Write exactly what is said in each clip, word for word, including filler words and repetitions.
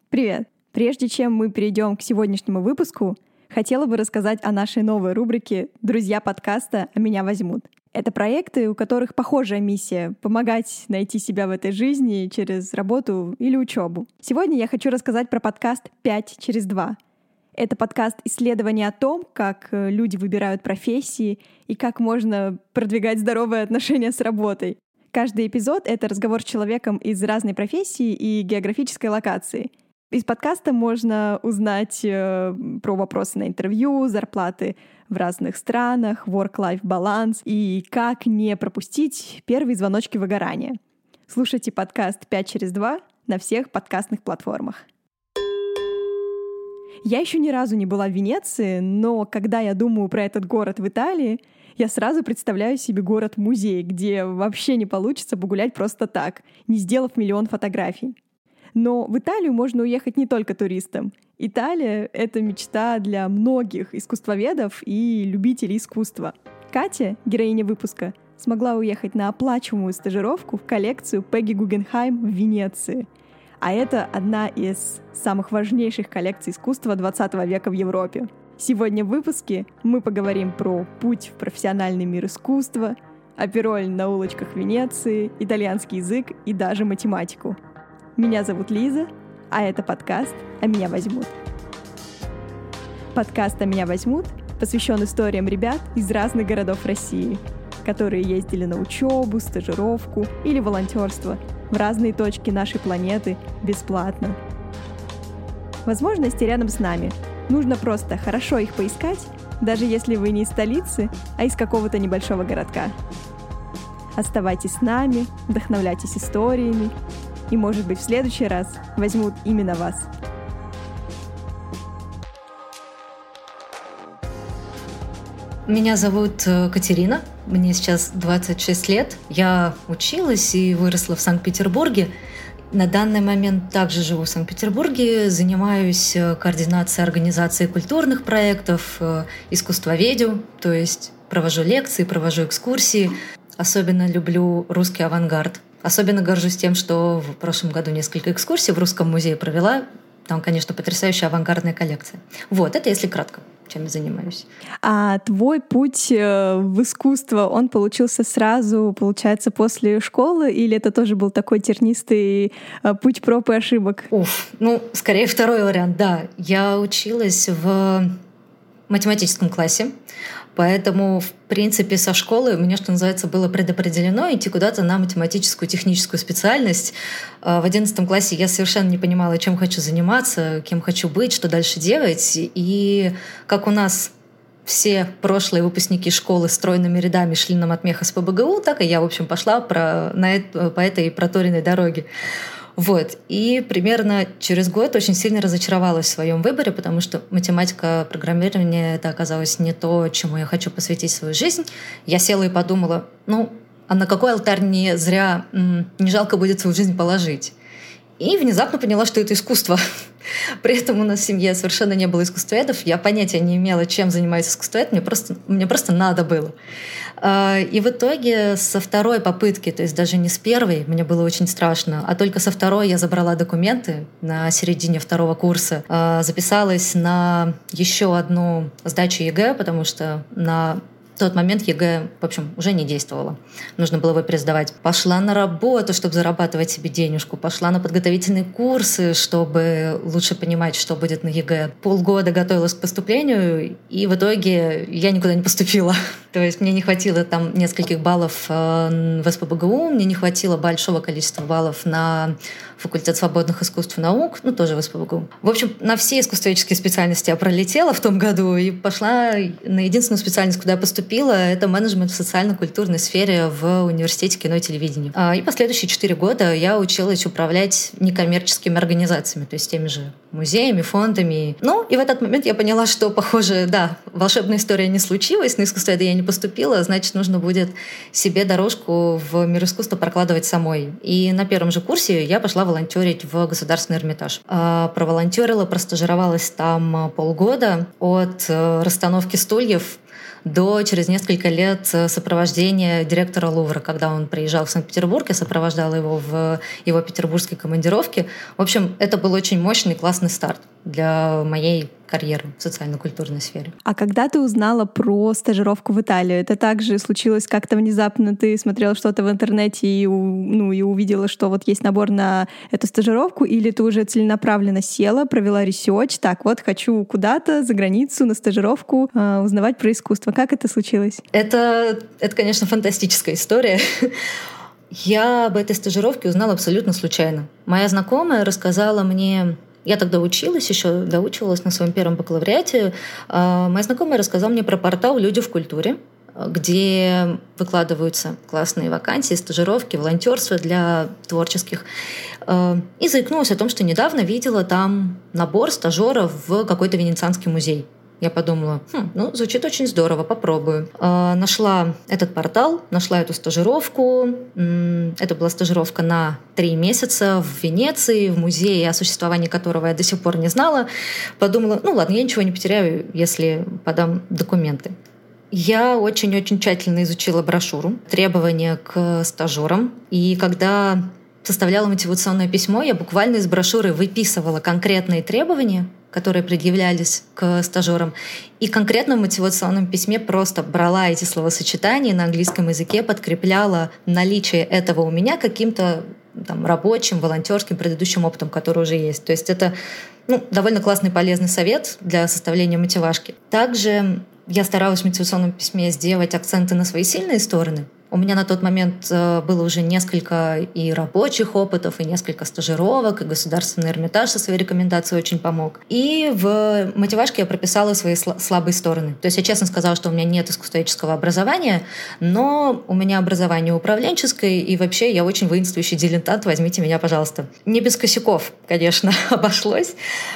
Привет! Прежде чем мы перейдем к сегодняшнему выпуску, хотела бы рассказать о нашей новой рубрике «Друзья подкаста, а меня возьмут». Это проекты, у которых похожая миссия — помогать найти себя в этой жизни через работу или учебу. Сегодня я хочу рассказать про подкаст «пять через два». Это подкаст исследования о том, как люди выбирают профессии и как можно продвигать здоровые отношения с работой. Каждый эпизод — это разговор с человеком из разной профессии и географической локации. Из подкаста можно узнать э, про вопросы на интервью, зарплаты в разных странах, work-life баланс и как не пропустить первые звоночки выгорания. Слушайте подкаст «пять через два» на всех подкастных платформах. Я еще ни разу не была в Венеции, но когда я думаю про этот город в Италии, я сразу представляю себе город-музей, где вообще не получится погулять просто так, не сделав миллион фотографий. Но в Италию можно уехать не только туристам. Италия — это мечта для многих искусствоведов и любителей искусства. Катя, героиня выпуска, смогла уехать на оплачиваемую стажировку в коллекцию Пегги Гугенхайм в Венеции. А это одна из самых важнейших коллекций искусства двадцатого века в Европе. Сегодня в выпуске мы поговорим про путь в профессиональный мир искусства, апероль на улочках Венеции, итальянский язык и даже математику. Меня зовут Лиза, а это подкаст «А меня возьмут». Подкаст «А меня возьмут» посвящен историям ребят из разных городов России, которые ездили на учебу, стажировку или волонтерство в разные точки нашей планеты бесплатно. Возможности рядом с нами. Нужно просто хорошо их поискать, даже если вы не из столицы, а из какого-то небольшого городка. Оставайтесь с нами, вдохновляйтесь историями, и, может быть, в следующий раз возьмут именно вас. Меня зовут Катерина, мне сейчас двадцать шесть лет. Я училась и выросла в Санкт-Петербурге. На данный момент также живу в Санкт-Петербурге, занимаюсь координацией организации культурных проектов, искусствоведю, то есть провожу лекции, провожу экскурсии. Особенно люблю русский авангард. Особенно горжусь тем, что в прошлом году несколько экскурсий в Русском музее провела. Там, конечно, потрясающая авангардная коллекция. Вот, это если кратко, чем я занимаюсь. А твой путь в искусство, он получился сразу, получается, после школы? Или это тоже был такой тернистый путь проб и ошибок? Уф, ну, скорее второй вариант, да. Я училась в математическом классе. Поэтому, в принципе, со школы у меня, что называется, было предопределено идти куда-то на математическую техническую специальность. В одиннадцатом классе я совершенно не понимала, чем хочу заниматься, кем хочу быть, что дальше делать. И как у нас все прошлые выпускники школы стройными рядами шли на матмех эс пэ бэ гэ у, так и я, в общем, пошла про, на это, по этой проторенной дороге. Вот. И примерно через год очень сильно разочаровалась в своем выборе, потому что математика, программирование — это оказалось не то, чему я хочу посвятить свою жизнь. Я села и подумала, ну, а на какой алтарь не зря, не жалко будет свою жизнь положить? И внезапно поняла, что это искусство. При этом у нас в семье совершенно не было искусствоведов. Я понятия не имела, чем занимается искусствовед. Мне просто, мне просто надо было. И в итоге со второй попытки, то есть даже не с первой, мне было очень страшно, а только со второй я забрала документы на середине второго курса, записалась на еще одну сдачу е гэ э, потому что на в тот момент е гэ э, в общем, уже не действовала. Нужно было его пересдавать. Пошла на работу, чтобы зарабатывать себе денежку. Пошла на подготовительные курсы, чтобы лучше понимать, что будет на е гэ э. Полгода готовилась к поступлению, и в итоге я никуда не поступила. То есть мне не хватило там нескольких баллов в эс пэ бэ гэ у, мне не хватило большого количества баллов на факультет свободных искусств и наук, ну, тоже в эс пэ бэ гэ у. В общем, на все искусствоведческие специальности я пролетела в том году и пошла на единственную специальность, куда я поступила. Это менеджмент в социально-культурной сфере в университете кино и телевидения. И последующие четыре года я училась управлять некоммерческими организациями, то есть теми же музеями, фондами. Ну, и в этот момент я поняла, что, похоже, да, волшебная история не случилась, на искусствоведа я не поступила, значит, нужно будет себе дорожку в мир искусства прокладывать самой. И на первом же курсе я пошла волонтерить в Государственный Эрмитаж. Проволонтерила, простажировалась там полгода. От расстановки стульев до через несколько лет сопровождения директора Лувра, когда он приезжал в Санкт-Петербург, я сопровождала его в его петербургской командировке. В общем, это был очень мощный, классный старт для моей карьеры в социально-культурной сфере. А когда ты узнала про стажировку в Италию, это также случилось как-то внезапно? Ты смотрела что-то в интернете и, ну, и увидела, что вот есть набор на эту стажировку, или ты уже целенаправленно села, провела ресерч, так вот, хочу куда-то за границу на стажировку э, узнавать про искусство. Как это случилось? Это, это, конечно, фантастическая история. Я об этой стажировке узнала абсолютно случайно. Моя знакомая рассказала мне... Я тогда училась, еще доучивалась на своем первом бакалавриате. Моя знакомая рассказала мне про портал «Люди в культуре», где выкладываются классные вакансии, стажировки, волонтерство для творческих. И заикнулась о том, что недавно видела там набор стажеров в какой-то венецианский музей. Я подумала, хм, ну, звучит очень здорово, попробую. Э, нашла этот портал, нашла эту стажировку. Это была стажировка на три месяца в Венеции, в музее, о существовании которого я до сих пор не знала. Подумала, ну ладно, я ничего не потеряю, если подам документы. Я очень-очень тщательно изучила брошюру, требования к стажерам. И когда составляла мотивационное письмо, я буквально из брошюры выписывала конкретные требования, которые предъявлялись к стажерам, и конкретно в мотивационном письме просто брала эти словосочетания на английском языке, подкрепляла наличие этого у меня каким-то там, рабочим, волонтерским, предыдущим опытом, который уже есть. То есть это ну, довольно классный, полезный совет для составления мотивашки. Также я старалась в мотивационном письме сделать акценты на свои сильные стороны. У меня на тот момент было уже несколько и рабочих опытов, и несколько стажировок, и Государственный Эрмитаж со своей рекомендацией очень помог. И в мотивашке я прописала свои слабые стороны. То есть я честно сказала, что у меня нет искусствоведческого образования, но у меня образование управленческое, и вообще я очень воинствующий дилетант, возьмите меня, пожалуйста. Не без косяков, конечно, обошлось.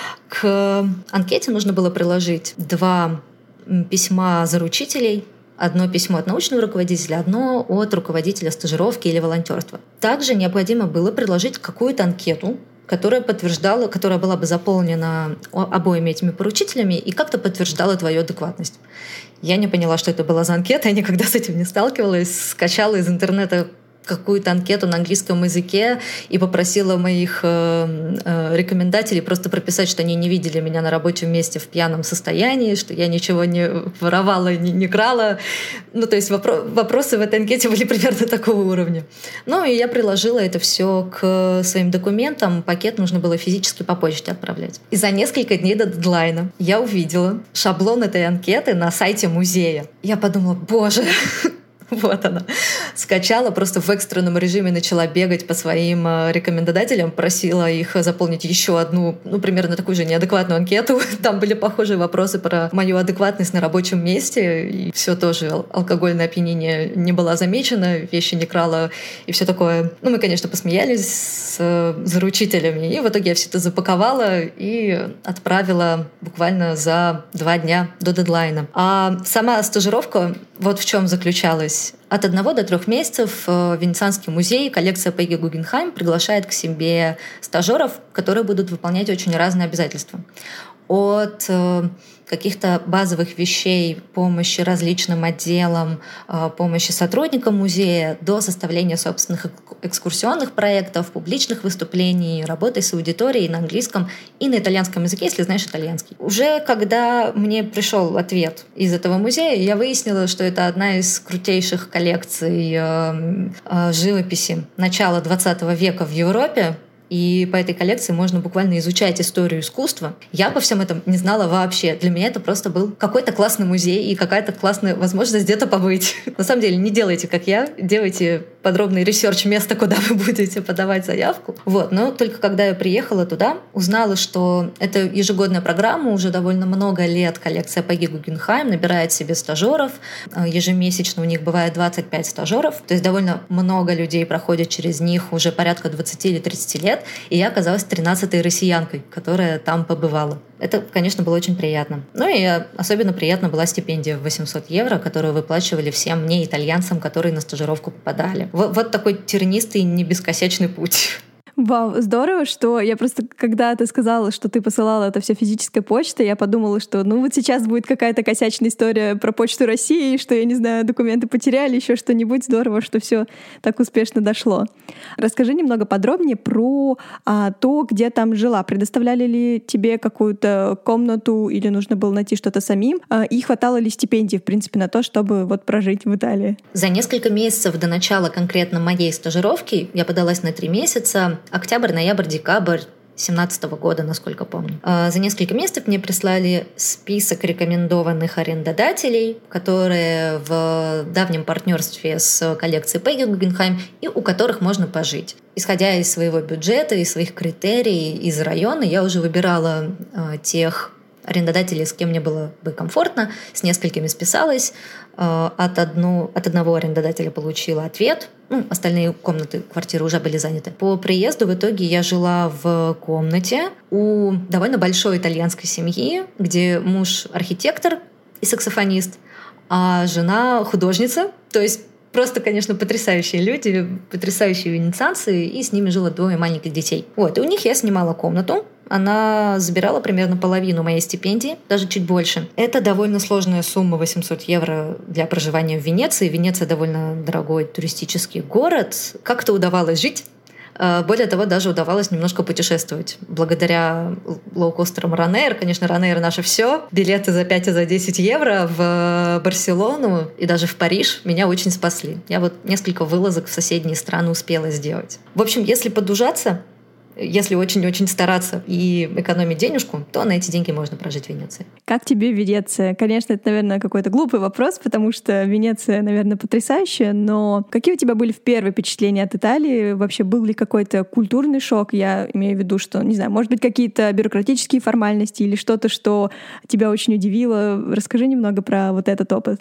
К анкете нужно было приложить два письма заручителей, одно письмо от научного руководителя, одно от руководителя стажировки или волонтерства. Также необходимо было приложить какую-то анкету, которая подтверждала, которая была бы заполнена обоими этими поручителями и как-то подтверждала твою адекватность. Я не поняла, что это была за анкета, я никогда с этим не сталкивалась, скачала из интернета какую-то анкету на английском языке и попросила моих э, э, рекомендателей просто прописать, что они не видели меня на рабочем месте в пьяном состоянии, что я ничего не воровала, не, не крала. Ну, то есть вопро- вопросы в этой анкете были примерно такого уровня. Ну, и я приложила это все к своим документам. Пакет нужно было физически по почте отправлять. И за несколько дней до дедлайна я увидела шаблон этой анкеты на сайте музея. Я подумала, боже... Вот она. Скачала, просто в экстренном режиме начала бегать по своим рекомендателям, просила их заполнить еще одну, ну, примерно такую же неадекватную анкету. Там были похожие вопросы про мою адекватность на рабочем месте. И все тоже, алкогольное опьянение не было замечено, вещи не крала и все такое. Ну, мы, конечно, посмеялись с заручителями. И в итоге я все это запаковала и отправила буквально за два дня до дедлайна. А сама стажировка вот в чем заключалась. От одного до трех месяцев Венецианский музей, коллекция Пегги Гугенхайм приглашает к себе стажеров, которые будут выполнять очень разные обязательства. От каких-то базовых вещей, помощи различным отделам, помощи сотрудникам музея, до составления собственных экскурсионных проектов, публичных выступлений, работы с аудиторией на английском и на итальянском языке, если знаешь итальянский. Уже когда мне пришел ответ из этого музея, я выяснила, что это одна из крутейших коллекций живописи начала двадцатого века в Европе. И по этой коллекции можно буквально изучать историю искусства. Я по всем этом не знала вообще. Для меня это просто был какой-то классный музей и какая-то классная возможность где-то побыть. На самом деле, не делайте, как я. Делайте подробный ресерч места, куда вы будете подавать заявку. Вот. Но только когда я приехала туда, узнала, что это ежегодная программа, уже довольно много лет коллекция Пегги Гугенхайм набирает себе стажеров. Ежемесячно у них бывает двадцать пять стажеров. То есть довольно много людей проходят через них, уже порядка двадцать или тридцать лет. И я оказалась тринадцатой россиянкой, которая там побывала. Это, конечно, было очень приятно. Ну и особенно приятно была стипендия в восемьсот евро, которую выплачивали всем мне, итальянцам, которые на стажировку попадали. Вот, вот такой тернистый, небескосячный путь. Вау, здорово, что я просто, когда ты сказала, что ты посылала это все физической почтой, я подумала, что ну вот сейчас будет какая-то косячная история про Почту России, что, я не знаю, документы потеряли, еще что-нибудь. Здорово, что все так успешно дошло. Расскажи немного подробнее про а, то, где там жила. Предоставляли ли тебе какую-то комнату или нужно было найти что-то самим? А, и хватало ли стипендий, в принципе, на то, чтобы вот прожить в Италии? За несколько месяцев до начала конкретно моей стажировки я подалась на три месяца. Октябрь, ноябрь, декабрь две тысячи семнадцатого года, насколько помню. За несколько месяцев мне прислали список рекомендованных арендодателей, которые в давнем партнерстве с коллекцией Пегги Гугенхайм и у которых можно пожить. Исходя из своего бюджета, из своих критерий, из района, я уже выбирала тех арендодателей, с кем мне было бы комфортно, с несколькими списалась. От, одну, от одного арендодателя получила ответ. Ну, остальные комнаты, квартиры уже были заняты. По приезду в итоге я жила в комнате у довольно большой итальянской семьи, где муж архитектор и саксофонист, а жена художница. То есть просто, конечно, потрясающие люди, потрясающие венецианцы, и с ними жило двое маленьких детей. Вот, и у них я снимала комнату. Она забирала примерно половину моей стипендии, даже чуть больше. Это довольно сложная сумма, восемьсот евро для проживания в Венеции. Венеция довольно дорогой туристический город. Как-то удавалось жить. Более того, даже удавалось немножко путешествовать. Благодаря лоукостерам Ryanair, конечно, Ryanair наше все. Билеты за пять и за десять евро в Барселону и даже в Париж меня очень спасли. Я вот несколько вылазок в соседние страны успела сделать. В общем, если подужаться, если очень-очень стараться и экономить денежку, то на эти деньги можно прожить в Венеции. Как тебе Венеция? Конечно, это, наверное, какой-то глупый вопрос, потому что Венеция, наверное, потрясающая, но какие у тебя были первые впечатления от Италии? Вообще был ли какой-то культурный шок? Я имею в виду, что, не знаю, может быть, какие-то бюрократические формальности или что-то, что тебя очень удивило? Расскажи немного про вот этот опыт.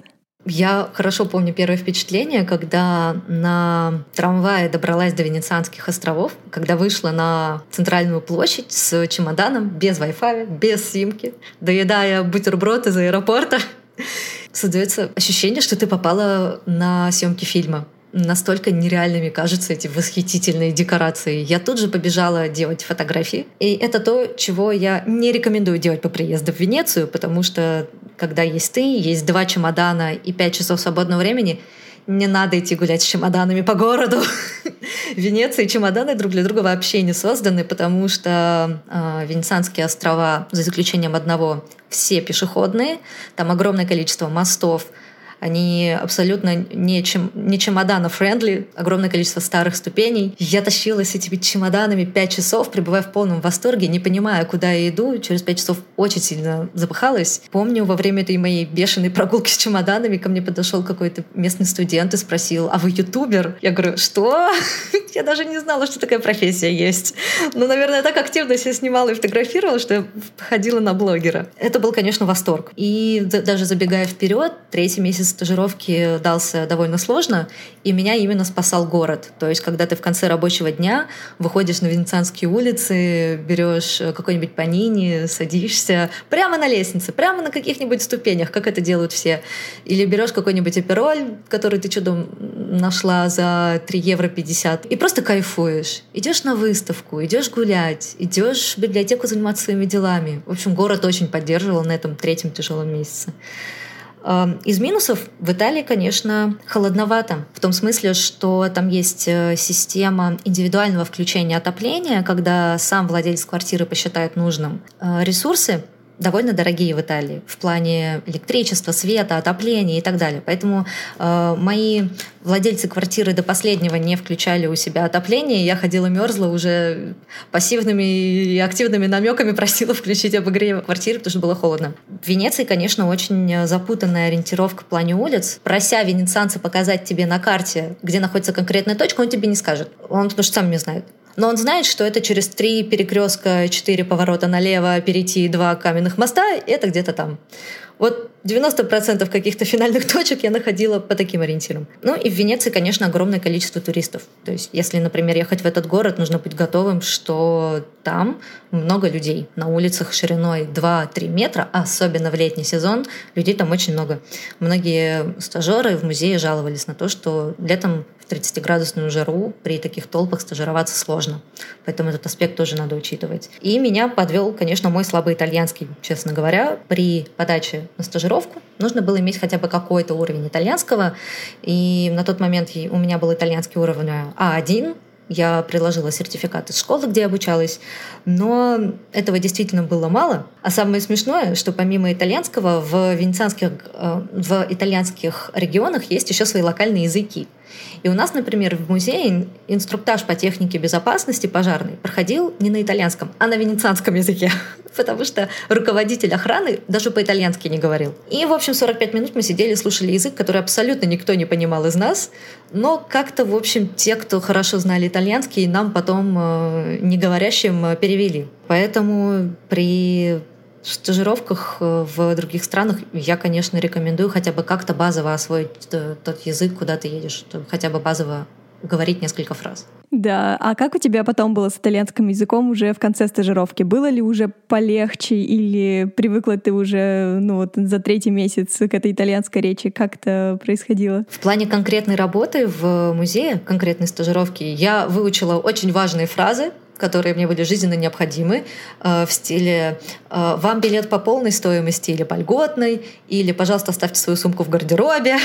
Я хорошо помню первое впечатление, когда на трамвае добралась до Венецианских островов, когда вышла на центральную площадь с чемоданом, без Wi-Fi, без симки, доедая бутерброд из аэропорта. Создается ощущение, что ты попала на съемки фильма. Настолько нереальными кажутся эти восхитительные декорации. Я тут же побежала делать фотографии. И это то, чего я не рекомендую делать по приезду в Венецию, потому что когда есть ты, есть два чемодана и пять часов свободного времени, не надо идти гулять с чемоданами по городу. В Венеции чемоданы друг для друга вообще не созданы, потому что э, Венецианские острова, за исключением одного, все пешеходные. Там огромное количество мостов. Они абсолютно не, чем, не чемодано-френдли, огромное количество старых ступеней. Я тащилась с этими чемоданами пять часов, пребывая в полном восторге, не понимая, куда я иду. Через пять часов очень сильно запыхалась. Помню, во время этой моей бешеной прогулки с чемоданами ко мне подошел какой-то местный студент и спросил: «А вы ютубер?» Я говорю: «Что?» Я даже не знала, что такая профессия есть. Но, наверное, я так активно себя снимала и фотографировала, что я ходила на блогера. Это был, конечно, восторг. И даже забегая вперед, третий месяц стажировки дался довольно сложно, и меня именно спасал город. То есть, когда ты в конце рабочего дня выходишь на венецианские улицы, берешь какой-нибудь панини, садишься прямо на лестнице, прямо на каких-нибудь ступенях, как это делают все. Или берешь какой-нибудь апероль, который ты чудом нашла за три евро пятьдесят, и просто кайфуешь. Идешь на выставку, идешь гулять, идешь в библиотеку заниматься своими делами. В общем, город очень поддерживал на этом третьем тяжелом месяце. Из минусов в Италии, конечно, холодновато. В том смысле, что там есть система индивидуального включения отопления, когда сам владелец квартиры посчитает нужным. Ресурсы довольно дорогие в Италии в плане электричества, света, отопления и так далее. Поэтому э, мои владельцы квартиры до последнего не включали у себя отопление. Я ходила, мерзла, уже пассивными и активными намеками просила включить обогрев квартиры, потому что было холодно. В Венеции, конечно, очень запутанная ориентировка в плане улиц. Прося венецианца показать тебе на карте, где находится конкретная точка, он тебе не скажет. Он потому что сам не знает. Но он знает, что это через три перекрестка, четыре поворота налево, перейти два каменных моста, и это где-то там. Вот девяносто процентов каких-то финальных точек я находила по таким ориентирам. Ну и в Венеции, конечно, огромное количество туристов. То есть если, например, ехать в этот город, нужно быть готовым, что там много людей. На улицах шириной два-три метра, особенно в летний сезон, людей там очень много. Многие стажеры в музее жаловались на то, что летом в тридцатиградусную жару при таких толпах стажироваться сложно. Поэтому этот аспект тоже надо учитывать. И меня подвел, конечно, мой слабый итальянский, честно говоря. При подаче на стажировку нужно было иметь хотя бы какой-то уровень итальянского. И на тот момент у меня был итальянский уровень а один. Я приложила сертификат из школы, где обучалась, но этого действительно было мало. А самое смешное, что помимо итальянского в венецианских, в итальянских регионах есть еще свои локальные языки. И у нас, например, в музее инструктаж по технике безопасности пожарной проходил не на итальянском, а на венецианском языке, потому что руководитель охраны даже по-итальянски не говорил. И, в общем, сорок пять минут мы сидели и слушали язык, который абсолютно никто не понимал из нас, но как-то, в общем, те, кто хорошо знали итальянский, нам потом, э, не говорящим, э, перевели. Поэтому при в стажировках в других странах я, конечно, рекомендую хотя бы как-то базово освоить тот язык, куда ты едешь, чтобы хотя бы базово говорить несколько фраз. Да, а как у тебя потом было с итальянским языком уже в конце стажировки? Было ли уже полегче или привыкла ты уже ну, вот, за третий месяц к этой итальянской речи? Как это происходило? В плане конкретной работы в музее, конкретной стажировки, я выучила очень важные фразы, которые мне были жизненно необходимы, в стиле «Вам билет по полной стоимости или по льготной», или «Пожалуйста, оставьте свою сумку в гардеробе»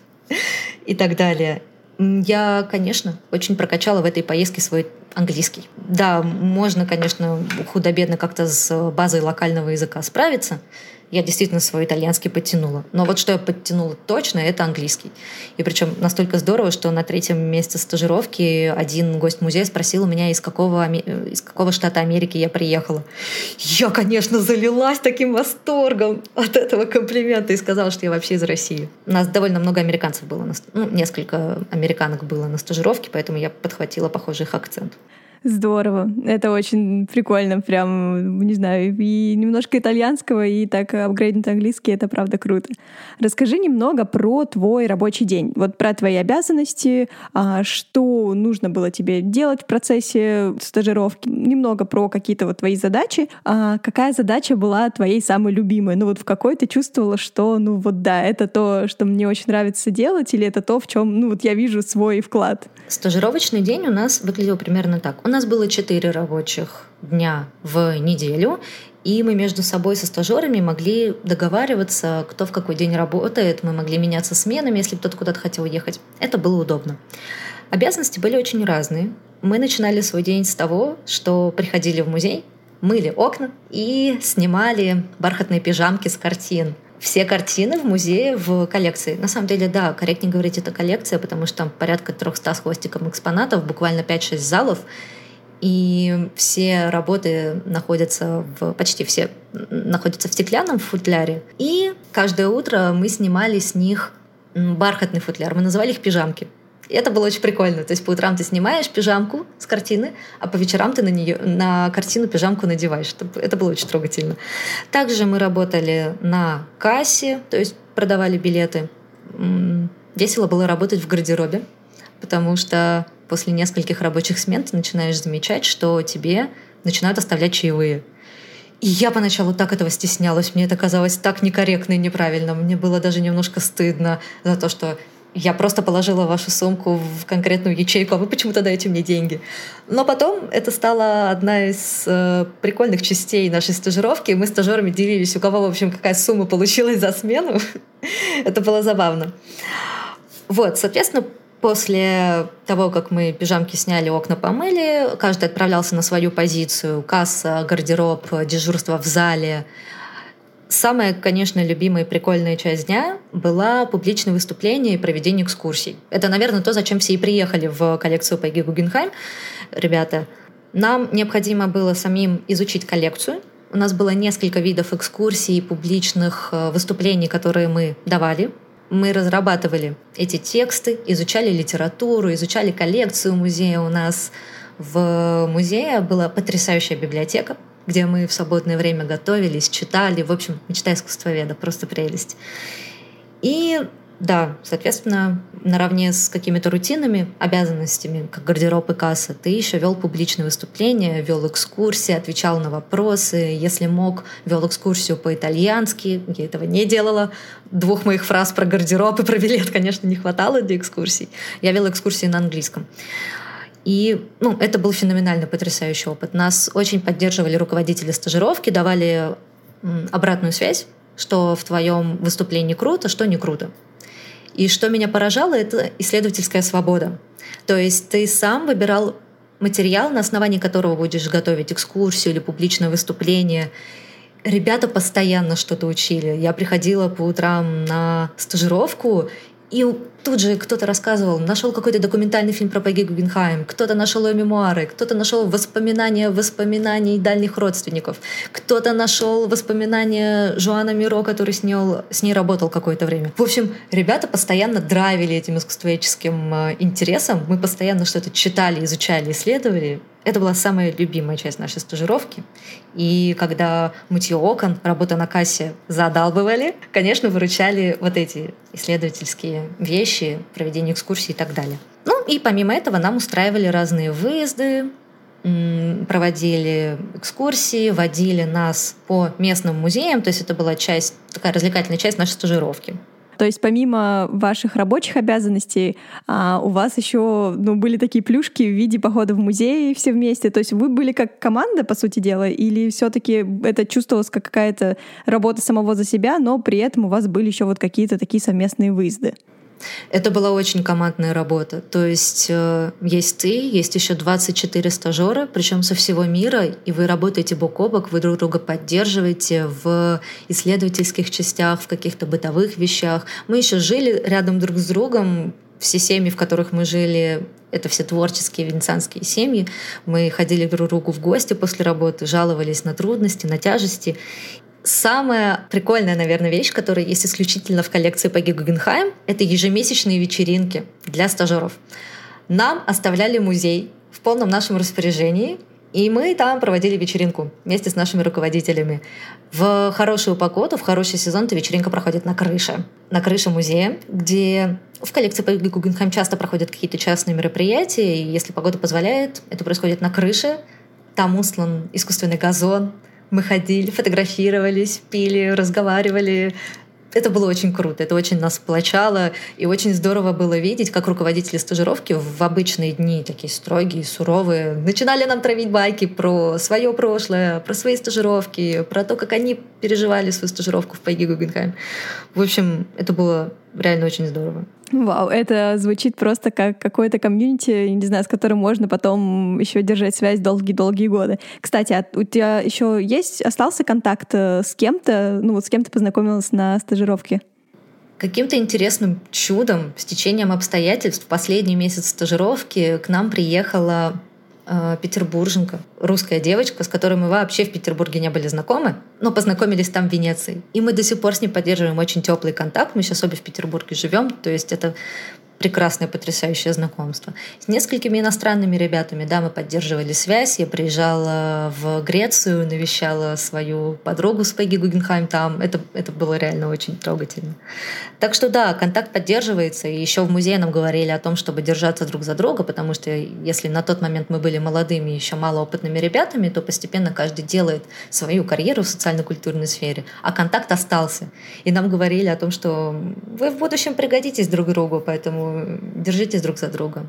и так далее. Я, конечно, очень прокачала в этой поездке свой английский. Да, можно, конечно, худо-бедно как-то с базой локального языка справиться. Я действительно свой итальянский подтянула. Но вот что я подтянула точно, это английский. И причем настолько здорово, что на третьем месяце стажировки один гость музея спросил у меня, из какого, из какого штата Америки я приехала. Я, конечно, залилась таким восторгом от этого комплимента и сказала, что я вообще из России. У нас довольно много американцев было, на, ну, несколько американок было на стажировке, поэтому я подхватила похожий их акцент. Здорово. Это очень прикольно. Прям, не знаю, и немножко итальянского, и так апгрейднуть английский. Это правда круто. Расскажи немного про твой рабочий день. Вот про твои обязанности, что нужно было тебе делать в процессе стажировки. Немного про какие-то вот твои задачи. Какая задача была твоей самой любимой? Ну вот в какой ты чувствовала, что, ну вот да, это то, что мне очень нравится делать, или это то, в чем, ну вот я вижу свой вклад? Стажировочный день у нас выглядел примерно так. У нас было четыре рабочих дня в неделю, и мы между собой со стажерами могли договариваться, кто в какой день работает, мы могли меняться сменами, если кто-то куда-то хотел ехать. Это было удобно. Обязанности были очень разные. Мы начинали свой день с того, что приходили в музей, мыли окна и снимали бархатные пижамки с картин. Все картины в музее в коллекции. На самом деле, да, корректнее говорить, это коллекция, потому что там порядка трехсот с хвостиком экспонатов, буквально пять-шесть залов, и все работы находятся в, почти все находятся в стеклянном футляре. И каждое утро мы снимали с них бархатный футляр. Мы называли их пижамки. И это было очень прикольно. То есть по утрам ты снимаешь пижамку с картины, а по вечерам ты на нее, на картину пижамку надеваешь. Это было очень трогательно. Также мы работали на кассе, то есть продавали билеты. Весело было работать в гардеробе, потому что после нескольких рабочих смен ты начинаешь замечать, что тебе начинают оставлять чаевые. И я поначалу так этого стеснялась. Мне это казалось так некорректно и неправильно. Мне было даже немножко стыдно за то, что я просто положила вашу сумку в конкретную ячейку, а вы почему-то даете мне деньги. Но потом это стала одна из э, прикольных частей нашей стажировки. Мы с стажерами делились, у кого, в общем, какая сумма получилась за смену. Это было забавно. Вот, соответственно, после того, как мы пижамки сняли, окна помыли, каждый отправлялся на свою позицию. Касса, гардероб, дежурство в зале. Самая, конечно, любимая и прикольная часть дня была публичное выступление и проведение экскурсий. Это, наверное, то, зачем все и приехали в коллекцию Пегги Гугенхайм. Ребята, нам необходимо было самим изучить коллекцию. У нас было несколько видов экскурсий и публичных выступлений, которые мы давали. Мы разрабатывали эти тексты, изучали литературу, изучали коллекцию музея. У нас в музее была потрясающая библиотека, где мы в свободное время готовились, читали. В общем, мечта искусствоведа, просто прелесть. И Да, соответственно, наравне с какими-то рутинными обязанностями, как гардероб и касса, ты еще вел публичные выступления, вел экскурсии, отвечал на вопросы. Если мог, вел экскурсию по-итальянски. Я этого не делала. Двух моих фраз про гардероб и про билет, конечно, не хватало для экскурсий. Я вела экскурсии на английском. И ну, это был феноменально потрясающий опыт. Нас очень поддерживали руководители стажировки, давали обратную связь, что в твоем выступлении круто, что не круто. И что меня поражало, это исследовательская свобода. То есть ты сам выбирал материал, на основании которого будешь готовить экскурсию или публичное выступление. Ребята постоянно что-то учили. Я приходила по утрам на стажировку, и тут же кто-то рассказывал, нашел какой-то документальный фильм про Пегги Гугенхайм, кто-то нашел ее мемуары, кто-то нашел воспоминания воспоминаний дальних родственников, кто-то нашел воспоминания Жуана Миро, который с, ней, с ней работал какое-то время. В общем, ребята постоянно драйвили этим искусствоведческим интересом, мы постоянно что-то читали, изучали, исследовали. Это была самая любимая часть нашей стажировки. И когда мытье окон, работа на кассе задалбывали, конечно, выручали вот эти исследовательские вещи, проведение экскурсий и так далее. Ну и помимо этого нам устраивали разные выезды, проводили экскурсии, водили нас по местным музеям. То есть это была часть, такая развлекательная часть нашей стажировки. То есть помимо ваших рабочих обязанностей, а, у вас еще ну, были такие плюшки в виде похода в музей все вместе. То есть вы были как команда, по сути дела, или все-таки это чувствовалось как какая-то работа самого за себя, но при этом у вас были еще вот какие-то такие совместные выезды? Это была очень командная работа. То есть э, есть ты, есть еще двадцать четыре стажера, причем со всего мира, и вы работаете бок о бок, вы друг друга поддерживаете в исследовательских частях, в каких-то бытовых вещах. Мы еще жили рядом друг с другом. Все семьи, в которых мы жили, это все творческие венецианские семьи. Мы ходили друг к другу в гости после работы, жаловались на трудности, на тяжести. Самая прикольная, наверное, вещь, которая есть исключительно в коллекции Пегги Гугенхайм, это ежемесячные вечеринки для стажеров. Нам оставляли музей в полном нашем распоряжении, и мы там проводили вечеринку вместе с нашими руководителями. В хорошую погоду, в хороший сезон эта вечеринка проходит на крыше. На крыше музея, где в коллекции Пегги Гугенхайм часто проходят какие-то частные мероприятия, и если погода позволяет, это происходит на крыше. Там устлан искусственный газон. Мы ходили, фотографировались, пили, разговаривали. Это было очень круто, это очень нас сплочало. И очень здорово было видеть, как руководители стажировки в обычные дни, такие строгие, суровые, начинали нам травить байки про свое прошлое, про свои стажировки, про то, как они переживали свою стажировку в Пегги Гугенхайм. В общем, это было реально очень здорово. Вау, это звучит просто как какое-то комьюнити, не знаю, с которым можно потом еще держать связь долгие-долгие годы. Кстати, а у тебя еще есть, остался контакт с кем-то, ну вот с кем ты познакомилась на стажировке? Каким-то интересным чудом, с течением обстоятельств, в последний месяц стажировки к нам приехала э, петербурженка, русская девочка, с которой мы вообще в Петербурге не были знакомы, но познакомились там в Венеции. И мы до сих пор с ней поддерживаем очень теплый контакт. Мы сейчас обе в Петербурге живем, то есть это прекрасное, потрясающее знакомство. С несколькими иностранными ребятами, да, мы поддерживали связь. Я приезжала в Грецию, навещала свою подругу с Пегги Гугенхайм там. Это, это было реально очень трогательно. Так что да, контакт поддерживается. И еще в музее нам говорили о том, чтобы держаться друг за друга, потому что если на тот момент мы были молодыми, еще малоопытными ребятами, то постепенно каждый делает свою карьеру в социально-культурной сфере, а контакт остался. И нам говорили о том, что вы в будущем пригодитесь друг другу, поэтому держитесь друг за друга.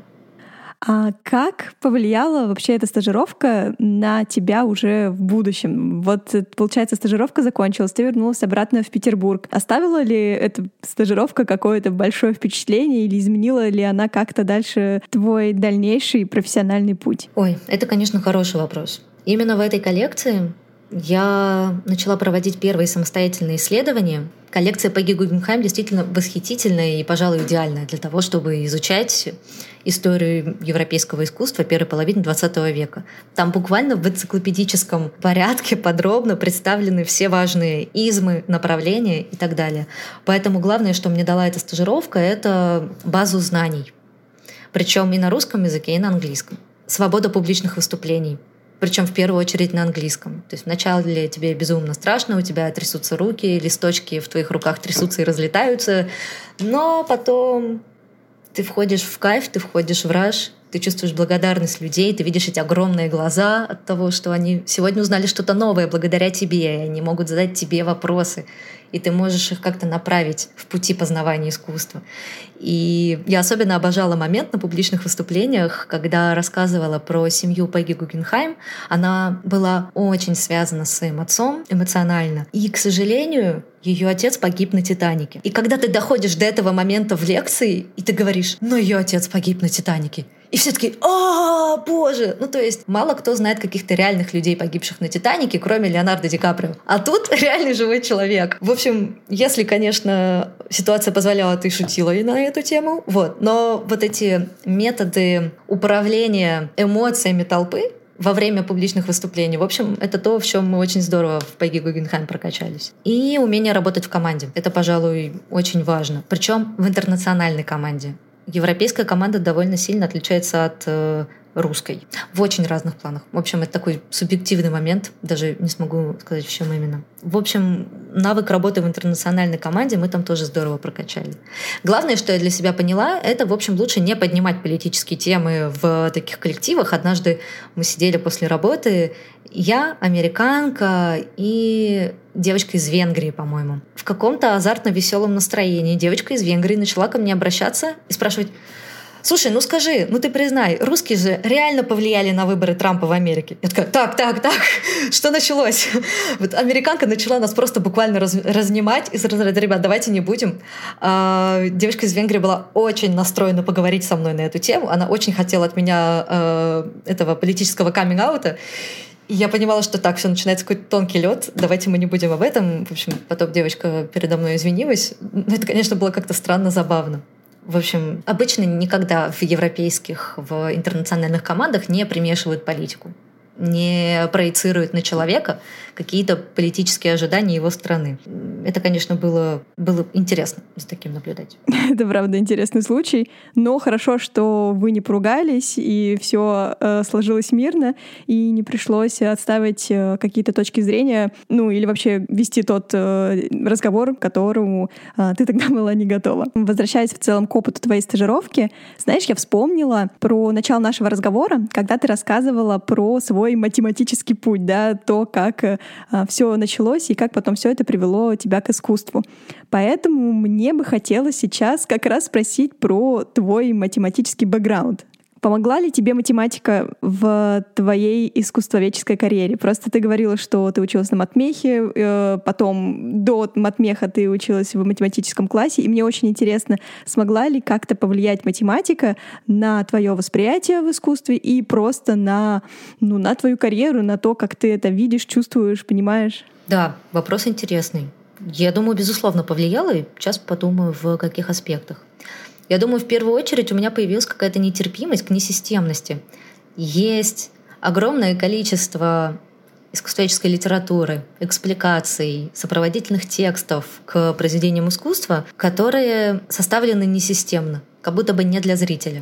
А как повлияла вообще эта стажировка на тебя уже в будущем? Вот, получается, стажировка закончилась, ты вернулась обратно в Петербург. Оставила ли эта стажировка какое-то большое впечатление или изменила ли она как-то дальше твой дальнейший профессиональный путь? Ой, это, конечно, хороший вопрос. Именно в этой коллекции я начала проводить первые самостоятельные исследования. Коллекция Пегги Гугенхайм действительно восхитительная и, пожалуй, идеальная для того, чтобы изучать историю европейского искусства первой половины двадцатого века. Там буквально в энциклопедическом порядке подробно представлены все важные измы, направления и так далее. Поэтому главное, что мне дала эта стажировка, это базу знаний. Причем и на русском языке, и на английском. Свобода публичных выступлений. Причем в первую очередь на английском. То есть вначале тебе безумно страшно, у тебя трясутся руки, листочки в твоих руках трясутся и разлетаются, но потом ты входишь в кайф, ты входишь в раж, ты чувствуешь благодарность людей, ты видишь эти огромные глаза от того, что они сегодня узнали что-то новое благодаря тебе, и они могут задать тебе вопросы, и ты можешь их как-то направить в пути познавания искусства. И я особенно обожала момент на публичных выступлениях, когда рассказывала про семью Пегги Гугенхайм. Она была очень связана с своим отцом эмоционально. И, к сожалению, ее отец погиб на «Титанике». И когда ты доходишь до этого момента в лекции, и ты говоришь: «Но ее отец погиб на «Титанике». И все такие: «О, боже!» Ну, то есть мало кто знает каких-то реальных людей, погибших на «Титанике», кроме Леонардо Ди Каприо. А тут реальный живой человек. В общем, если, конечно, ситуация позволяла, ты шутила и на эту тему. Вот. Но вот эти методы управления эмоциями толпы во время публичных выступлений, в общем, это то, в чем мы очень здорово в Пегги Гугенхайм прокачались. И умение работать в команде. Это, пожалуй, очень важно. Причем в интернациональной команде. Европейская команда довольно сильно отличается от э, русской в очень разных планах. В общем, это такой субъективный момент, даже не смогу сказать, в чем именно. В общем, навык работы в интернациональной команде мы там тоже здорово прокачали. Главное, что я для себя поняла, это, в общем, лучше не поднимать политические темы в таких коллективах. Однажды мы сидели после работы, я, американка и девочка из Венгрии, по-моему. В каком-то азартно-веселом настроении девочка из Венгрии начала ко мне обращаться и спрашивать: «Слушай, ну скажи, ну ты признай, русские же реально повлияли на выборы Трампа в Америке». Я такая: так, так, так, что началось? Вот американка начала нас просто буквально раз, разнимать из разряда: ребят, давайте не будем. А, девочка из Венгрии была очень настроена поговорить со мной на эту тему. Она очень хотела от меня а, этого политического каминг-аута. И я понимала, что так, все, начинается какой-то тонкий лед, давайте мы не будем об этом. В общем, потом девочка передо мной извинилась. Но это, конечно, было как-то странно забавно. В общем, обычно никогда в европейских, в интернациональных командах не примешивают политику, не проецируют на человека какие-то политические ожидания его страны. Это, конечно, было, было интересно за таким наблюдать. Это, правда, интересный случай, но хорошо, что вы не поругались, и все э, сложилось мирно, и не пришлось отставить э, какие-то точки зрения, ну, или вообще вести тот э, разговор, к которому э, ты тогда была не готова. Возвращаясь в целом к опыту твоей стажировки, знаешь, я вспомнила про начало нашего разговора, когда ты рассказывала про свой математический путь, да, то, как э, все началось и как потом все это привело тебя к искусству. Поэтому мне бы хотелось сейчас как раз спросить про твой математический бэкграунд. Помогла ли тебе математика в твоей искусствоведческой карьере? Просто ты говорила, что ты училась на матмехе, потом до матмеха ты училась в математическом классе, и мне очень интересно, смогла ли как-то повлиять математика на твое восприятие в искусстве и просто на, ну, на твою карьеру, на то, как ты это видишь, чувствуешь, понимаешь? Да, вопрос интересный. Я думаю, безусловно, повлияло, и сейчас подумаю, в каких аспектах. Я думаю, в первую очередь у меня появилась какая-то нетерпимость к несистемности. Есть огромное количество искусствоведческой литературы, экспликаций, сопроводительных текстов к произведениям искусства, которые составлены несистемно, как будто бы не для зрителя,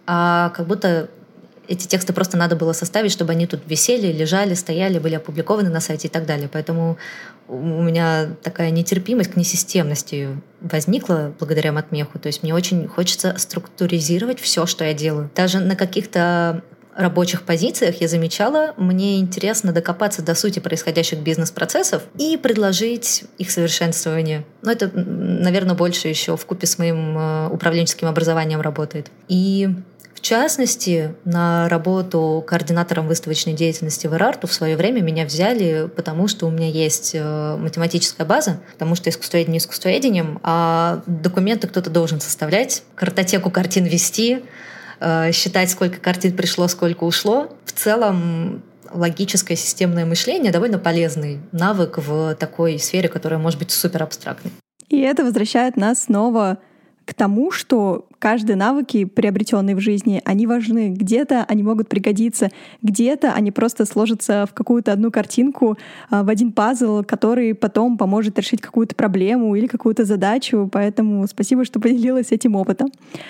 а как будто эти тексты просто надо было составить, чтобы они тут висели, лежали, стояли, были опубликованы на сайте и так далее. Поэтому у меня такая нетерпимость к несистемности возникла благодаря матмеху. То есть мне очень хочется структуризировать все, что я делаю. Даже на каких-то рабочих позициях я замечала, мне интересно докопаться до сути происходящих бизнес-процессов и предложить их совершенствование. Но это, наверное, больше еще вкупе с моим управленческим образованием работает. И в частности, на работу координатором выставочной деятельности в ИРАРТу в свое время меня взяли, потому что у меня есть математическая база, потому что искусствоведение искусствоведением, а документы кто-то должен составлять, картотеку картин вести, считать, сколько картин пришло, сколько ушло. В целом, логическое системное мышление — довольно полезный навык в такой сфере, которая может быть супер абстрактной. И это возвращает нас снова к тому, что каждые навыки, приобретенные в жизни, они важны. Где-то они могут пригодиться, где-то они просто сложатся в какую-то одну картинку, в один пазл, который потом поможет решить какую-то проблему или какую-то задачу. Поэтому спасибо, что поделилась этим опытом.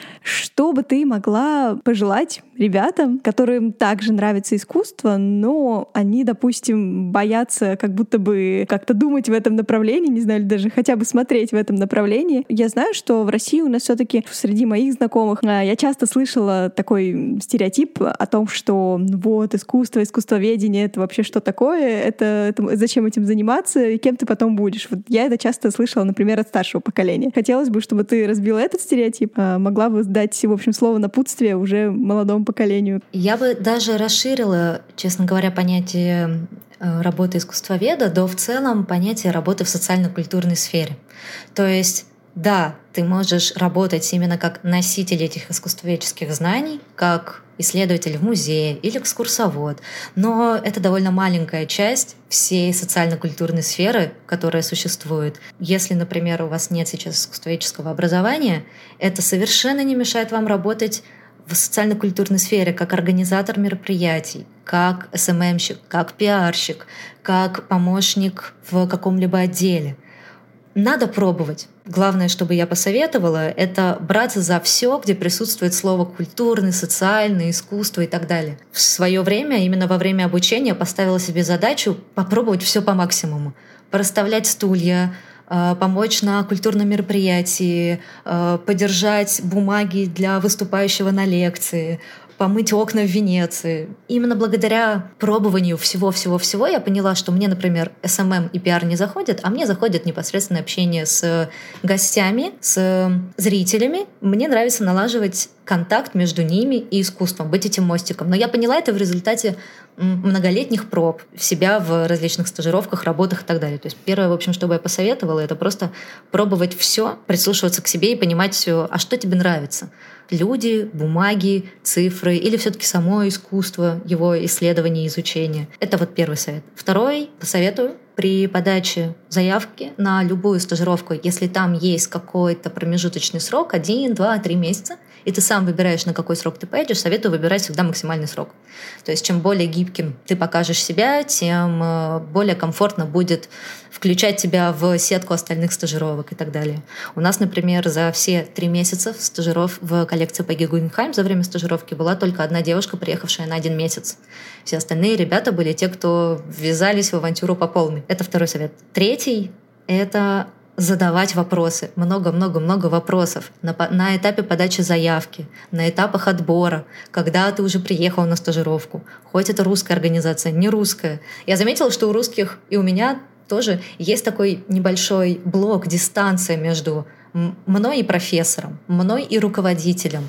Что бы ты могла пожелать ребятам, которым также нравится искусство, но они, допустим, боятся как будто бы как-то думать в этом направлении, не знаю, или даже хотя бы смотреть в этом направлении? Я знаю, что в России у нас все-таки среди моих знакомых я часто слышала такой стереотип о том, что вот искусство, искусствоведение — это вообще что такое? Это, это зачем этим заниматься? И кем ты потом будешь? Вот я это часто слышала, например, от старшего поколения. Хотелось бы, чтобы ты разбила этот стереотип, могла бы дать, в общем, слово напутствие уже молодому поколению. Я бы даже расширила, честно говоря, понятие работы искусствоведа до в целом понятия работы в социально-культурной сфере. То есть, да, ты можешь работать именно как носитель этих искусствоведческих знаний, как исследователь в музее или экскурсовод, но это довольно маленькая часть всей социально-культурной сферы, которая существует. Если, например, у вас нет сейчас искусствоведческого образования, это совершенно не мешает вам работать в социально-культурной сфере как организатор мероприятий, как эс эм эм-щик, как пиарщик, как помощник в каком-либо отделе. Надо пробовать. Главное, чтобы я посоветовала, это браться за все, где присутствует слово «культурный», «социальный», «искусство» и так далее. В свое время, именно во время обучения, поставила себе задачу попробовать все по максимуму. Порасставлять стулья, помочь на культурном мероприятии, подержать бумаги для выступающего на лекции, помыть окна в Венеции. Именно благодаря пробованию всего-всего-всего я поняла, что мне, например, эс эм эм и пиар не заходят, а мне заходит непосредственное общение с гостями, с зрителями. Мне нравится налаживать контакт между ними и искусством, быть этим мостиком. Но я поняла это в результате многолетних проб себя в различных стажировках, работах и так далее. То есть первое, в общем, что бы я посоветовала, это просто пробовать все, прислушиваться к себе и понимать все, а что тебе нравится. Люди, бумаги, цифры или все-таки само искусство, его исследование, изучение. Это вот первый совет. Второй посоветую при подаче заявки на любую стажировку, если там есть какой-то промежуточный срок, один, два, три месяца, и ты сам выбираешь, на какой срок ты поедешь, советую выбирать всегда максимальный срок. То есть чем более гибким ты покажешь себя, тем более комфортно будет включать тебя в сетку остальных стажировок и так далее. У нас, например, за все три месяца стажиров в коллекции Пегги Гугенхайм за время стажировки была только одна девушка, приехавшая на один месяц. Все остальные ребята были те, кто ввязались в авантюру по полной. Это второй совет. Третий — это задавать вопросы. Много-много-много вопросов на, на этапе подачи заявки, на этапах отбора, когда ты уже приехал на стажировку. Хоть это русская организация, не русская. Я заметила, что у русских и у меня тоже есть такой небольшой блок, дистанция между мной и профессором, мной и руководителем.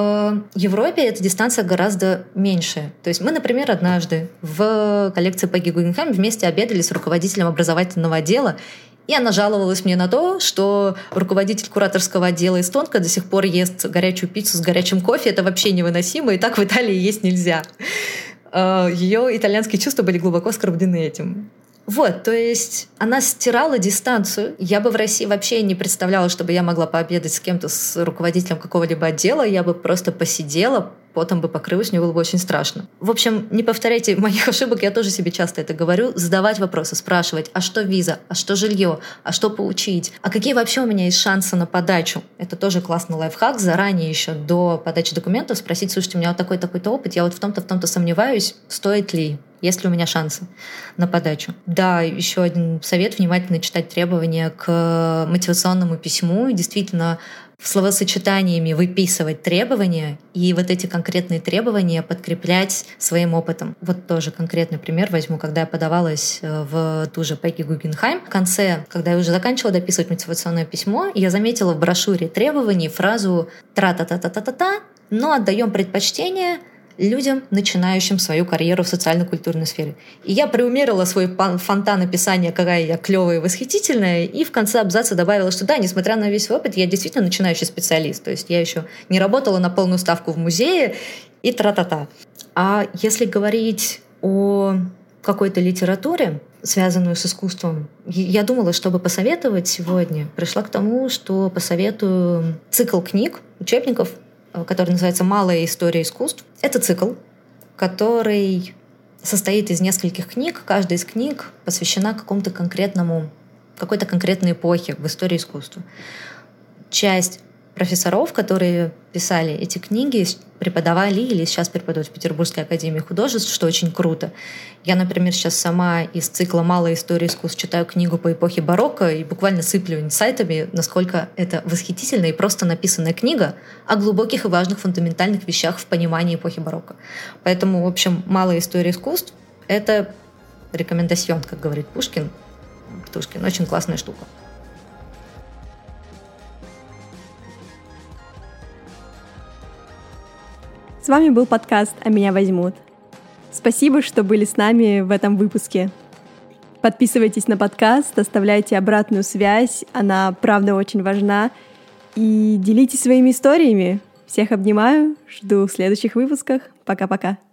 В Европе эта дистанция гораздо меньше. То есть мы, например, однажды в коллекции Пегги Гугенхайм вместе обедали с руководителем образовательного отдела, и она жаловалась мне на то, что руководитель кураторского отдела из Тонко до сих пор ест горячую пиццу с горячим кофе. Это вообще невыносимо, и так в Италии есть нельзя. Ее итальянские чувства были глубоко оскорблены этим. Вот, то есть она стирала дистанцию. Я бы в России вообще не представляла, чтобы я могла пообедать с кем-то, с руководителем какого-либо отдела. Я бы просто посидела, потом бы покрылась, мне было бы очень страшно. В общем, не повторяйте моих ошибок, я тоже себе часто это говорю. Задавать вопросы, спрашивать, а что виза, а что жилье, а что поучить, а какие вообще у меня есть шансы на подачу. Это тоже классный лайфхак. Заранее еще до подачи документов спросить: слушайте, у меня вот такой-такой-то опыт, я вот в том-то, в том-то сомневаюсь, стоит ли, есть ли у меня шансы на подачу. Да, еще один совет — внимательно читать требования к мотивационному письму и действительно словосочетаниями выписывать требования и вот эти конкретные требования подкреплять своим опытом. Вот тоже конкретный пример возьму. Когда я подавалась в ту же Пегги Гугенхайм, в конце, когда я уже заканчивала дописывать мотивационное письмо, я заметила в брошюре требований фразу «тра-та-та-та-та-та-та», но отдаем предпочтение людям, начинающим свою карьеру в социально-культурной сфере. И я приумерила свой фонтан описания, какая я клевая и восхитительная, и в конце абзаца добавила, что да, несмотря на весь опыт, я действительно начинающий специалист. То есть я еще не работала на полную ставку в музее и тра-та-та. А если говорить о какой-то литературе, связанную с искусством. Я думала, чтобы посоветовать сегодня, пришла к тому, что посоветую цикл книг, учебников, который называется «Малая история искусств». Это цикл, который состоит из нескольких книг. Каждая из книг посвящена какому-то конкретному, какой-то конкретной эпохе в истории искусства. Часть профессоров, которые писали эти книги, преподавали или сейчас преподают в Петербургской академии художеств, что очень круто. Я, например, сейчас сама из цикла «Малая история искусств» читаю книгу по эпохе барокко и буквально сыплю инсайтами, насколько это восхитительная и просто написанная книга о глубоких и важных фундаментальных вещах в понимании эпохи барокко. Поэтому, в общем, «Малая история искусств» — это рекомендацион, как говорит Пушкин. Птушкин. Очень классная штука. С вами был подкаст «А меня возьмут». Спасибо, что были с нами в этом выпуске. Подписывайтесь на подкаст, оставляйте обратную связь, она правда очень важна. И делитесь своими историями. Всех обнимаю, жду в следующих выпусках. Пока-пока.